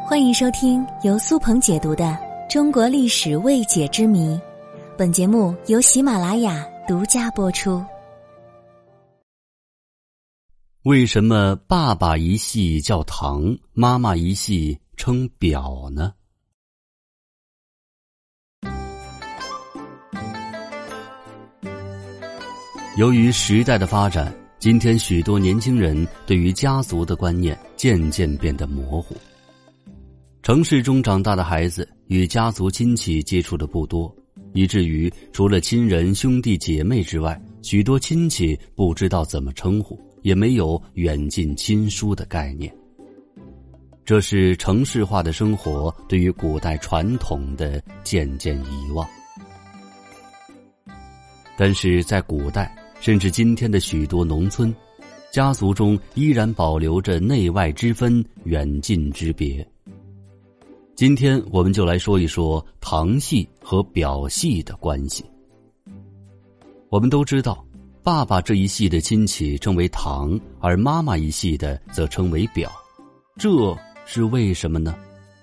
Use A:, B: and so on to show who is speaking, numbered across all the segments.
A: 欢迎收听由苏鹏解读的《中国历史未解之谜》，本节目由喜马拉雅独家播出。
B: 为什么爸爸一系叫堂，妈妈一系称表呢？由于时代的发展，今天许多年轻人对于家族的观念渐渐变得模糊。城市中长大的孩子与家族亲戚接触的不多，以至于除了亲人兄弟姐妹之外，许多亲戚不知道怎么称呼，也没有远近亲疏的概念。这是城市化的生活对于古代传统的渐渐遗忘。但是在古代甚至今天的许多农村，家族中依然保留着内外之分，远近之别。今天我们就来说一说堂系和表系的关系。我们都知道，爸爸这一系的亲戚称为堂，而妈妈一系的则称为表，这是为什么呢？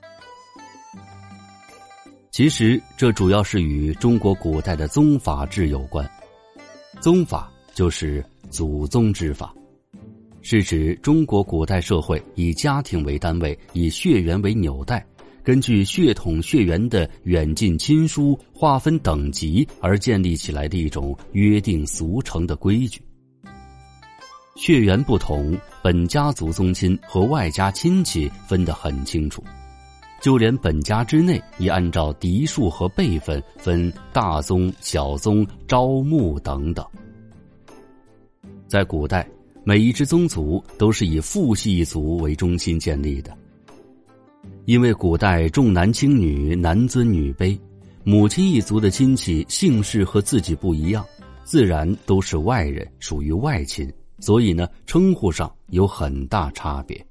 B: 其实这主要是与中国古代的宗法制有关。宗法就是祖宗之法，是指中国古代社会以家庭为单位，以血缘为纽带，根据血统血缘的远近亲疏划分等级而建立起来的一种约定俗成的规矩。血缘不同，本家族宗亲和外家亲戚分得很清楚，就连本家之内也按照嫡庶和辈分分大宗、小宗、招募等等。在古代，每一支宗族都是以父系一族为中心建立的。因为古代重男轻女，男尊女卑，母亲一族的亲戚姓氏和自己不一样，自然都是外人，属于外亲，所以呢，称呼上有很大差别。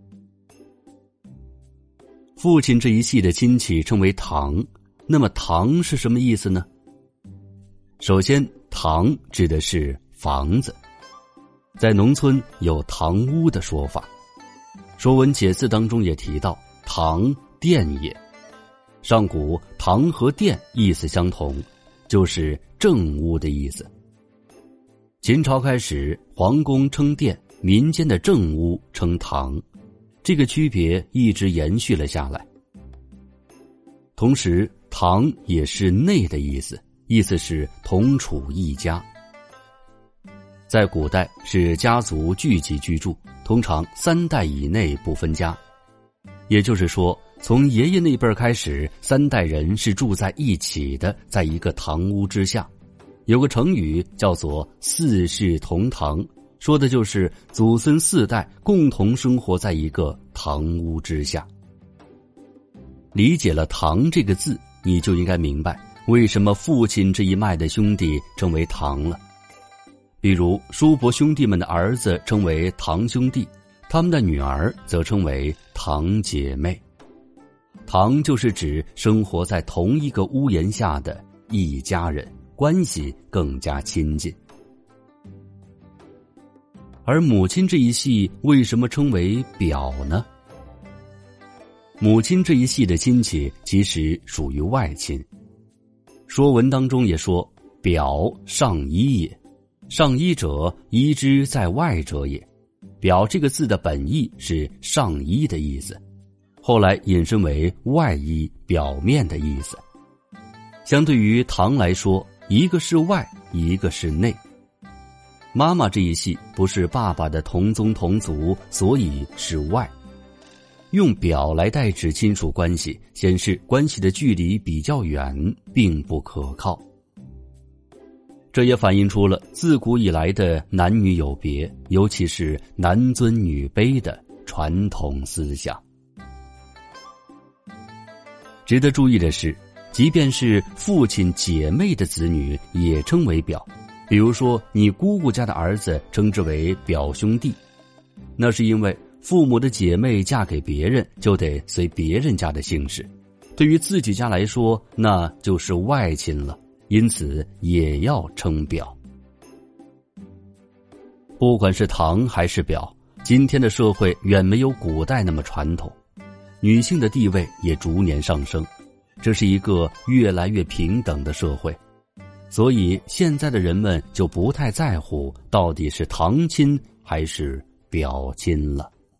B: 父亲这一系的亲戚称为堂，那么堂是什么意思呢？首先，堂指的是房子，在农村有堂屋的说法，《说文解字》当中也提到堂，殿也。上古堂和殿意思相同，就是正屋的意思。秦朝开始，皇宫称殿，民间的正屋称堂，这个区别一直延续了下来。同时，堂也是内的意思，意思是同处一家。在古代是家族聚集居住，通常3代以内不分家。也就是说，从爷爷那辈开始，3代人是住在一起的，在一个堂屋之下。有个成语叫做四世同堂，说的就是祖孙4代共同生活在一个堂屋之下。理解了堂这个字，你就应该明白为什么父亲这一脉的兄弟称为堂了。比如叔伯兄弟们的儿子称为堂兄弟，他们的女儿则称为堂姐妹。堂就是指生活在同一个屋檐下的一家人，关系更加亲近。而母亲这一系为什么称为表呢？母亲这一系的亲戚其实属于外亲。说文当中也说，表上衣也，上衣者，衣之在外者也。表这个字的本意是上衣的意思，后来引申为外衣、表面的意思。相对于堂来说，一个是外，一个是内。妈妈这一系不是爸爸的同宗同族，所以是外。用表来代指亲属关系，显示关系的距离比较远，并不可靠。这也反映出了自古以来的男女有别，尤其是男尊女卑的传统思想。值得注意的是，即便是父亲姐妹的子女也称为表，比如说你姑姑家的儿子称之为表兄弟，那是因为父母的姐妹嫁给别人就得随别人家的姓氏，对于自己家来说那就是外亲了，因此也要称表。不管是堂还是表，今天的社会远没有古代那么传统。 女性的地位也逐年上升，这是一个越来越平等的社会。所以现在的人们就不太在乎到底是堂亲还是表亲了。